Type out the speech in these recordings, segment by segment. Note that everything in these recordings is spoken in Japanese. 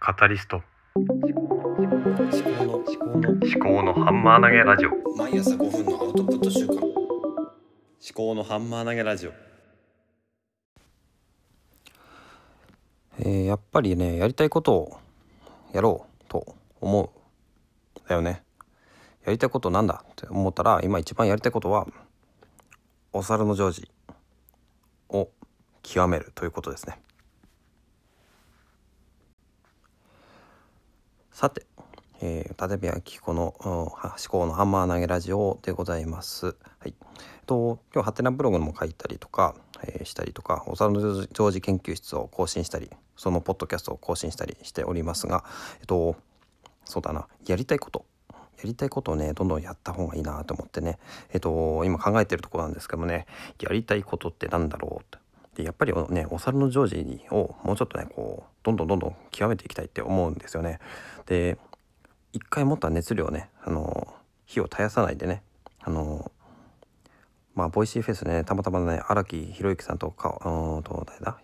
カタリスト思考のハンマー投げラジオ。 毎朝5分のアウトプット週間。思考のハンマー投げラジオ。 やっぱりね、やりたいことをやろうと思うだよね。やりたいことなんだって思ったら、今一番やりたいことはお猿のジョージを極めるということですね。さて、立部明子の思考のハンマー投げラジオでございます。はい。今日ハテナブログも書いたりとか、したりとか、お猿のジョージ研究室を更新したり、そのポッドキャストを更新したりしておりますが、そうだな、やりたいことをね、どんどんやった方がいいなと思ってね、今考えてるところなんですけどもね、やりたいことってなんだろうって。でやっぱりね、お猿のジョージをもうちょっとね、こうどんどん極めていきたいって思うんですよね。で、一回持った熱量をね、火を絶やさないでね、ボイシーフェスでね、たまたまね、荒木宏之さんと誰だ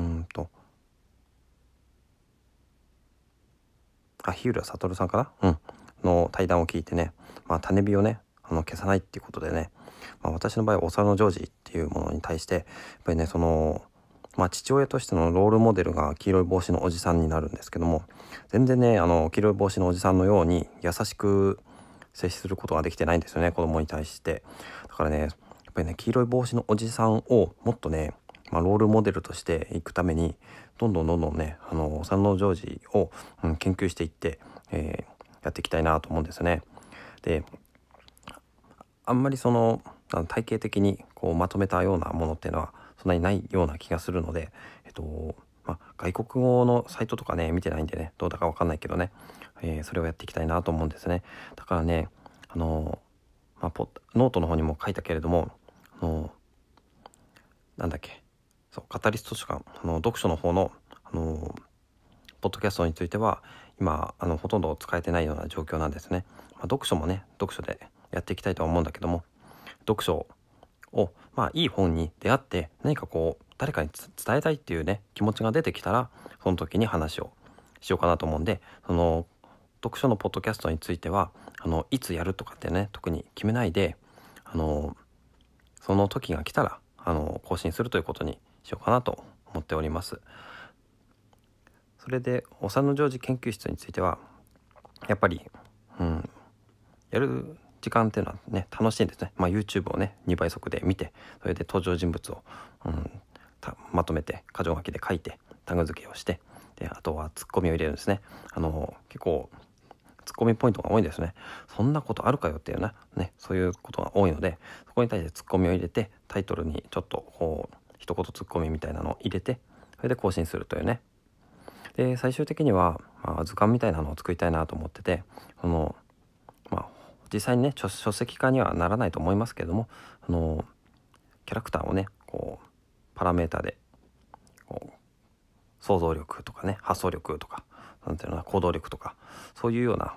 日浦悟さんかな、の対談を聞いてね、種火をね、消さないっていうことでね、私の場合お猿のジョージっていうものに対してやっぱりね、父親としてのロールモデルが黄色い帽子のおじさんになるんですけども、全然ね、黄色い帽子のおじさんのように優しく接することができてないんですよね、子供に対して。だからね、やっぱりね、黄色い帽子のおじさんをもっとね、ロールモデルとしていくためにどんどんね、お猿のジョージを、研究していって、やっていきたいなと思うんですよね。で、あんまり体系的にこうまとめたようなものっていうのはそんなにないような気がするので、外国語のサイトとかね見てないんでね、どうだかわかんないけどね、それをやっていきたいなと思うんですね。だからね、ノートの方にも書いたけれども、カタリスト書館、読書の方の、ポッドキャストについては今ほとんど使えてないような状況なんですね。読書もね、読書でやっていきたいとは思うんだけども、読書をいい本に出会って何かこう誰かに伝えたいっていうね気持ちが出てきたら、その時に話をしようかなと思うんで、読書のポッドキャストについてはいつやるとかってね特に決めないで、その時が来たら更新するということにしようかなと思っております。それでお猿のジョージ研究室についてはやっぱり、やる時間っていうのはね楽しいんですね。YouTube をね2倍速で見て、それで登場人物を、まとめて箇条書きで書いてタグ付けをして、であとはツッコミを入れるんですね。結構ツッコミポイントが多いんですね。そんなことあるかよっていうね、そういうことが多いので、そこに対してツッコミを入れて、タイトルにちょっとこう一言ツッコミみたいなのを入れて、それで更新するというね。で最終的には、図鑑みたいなのを作りたいなと思ってて、実際にね書籍化にはならないと思いますけれども、キャラクターをねこうパラメータでこう想像力とかね、発想力とか、なんていうのかな、行動力とか、そういうような、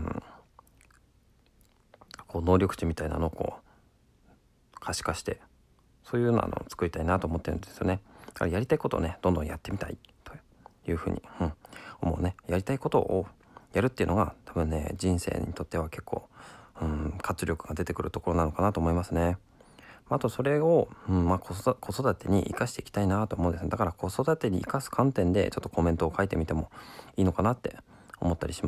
こう能力値みたいなのをこう可視化して、そういうようなのを作りたいなと思ってるんですよね。だからやりたいことをねどんどんやってみたいというふうに、思うね。やりたいことをやるっていうのが多分ね人生にとっては結構、活力が出てくるところなのかなと思いますね。あとそれを、子育てに生かしていきたいなと思うんですね。だから子育てに生かす観点でちょっとコメントを書いてみてもいいのかなって思ったりします。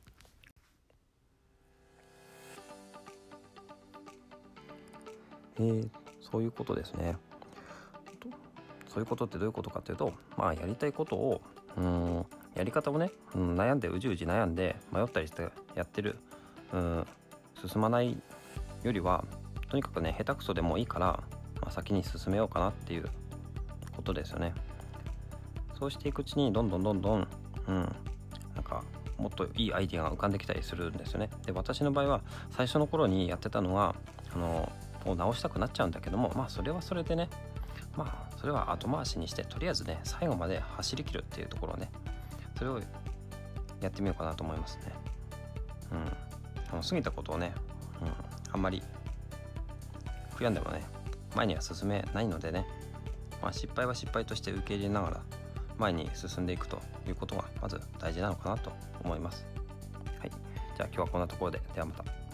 そういうことですね。そういうことってどういうことかというと、やりたいことをやり方をね、悩んでうじ悩んで迷ったりしてやってる、進まないよりは、とにかくね下手くそでもいいから、先に進めようかなっていうことですよね。そうしていくうちにどんどんなんかもっといいアイディアが浮かんできたりするんですよね。で私の場合は最初の頃にやってたのはもう直したくなっちゃうんだけども、それはそれでね、それは後回しにして、とりあえずね最後まで走り切るっていうところをね、それをやってみようかなと思いますね。過ぎたことをね、あんまり悔やんでもね前には進めないのでね、失敗は失敗として受け入れながら、 前に進んでいくということがまず大事なのかなと思います。はい、じゃあ今日はこんなところで、ではまた。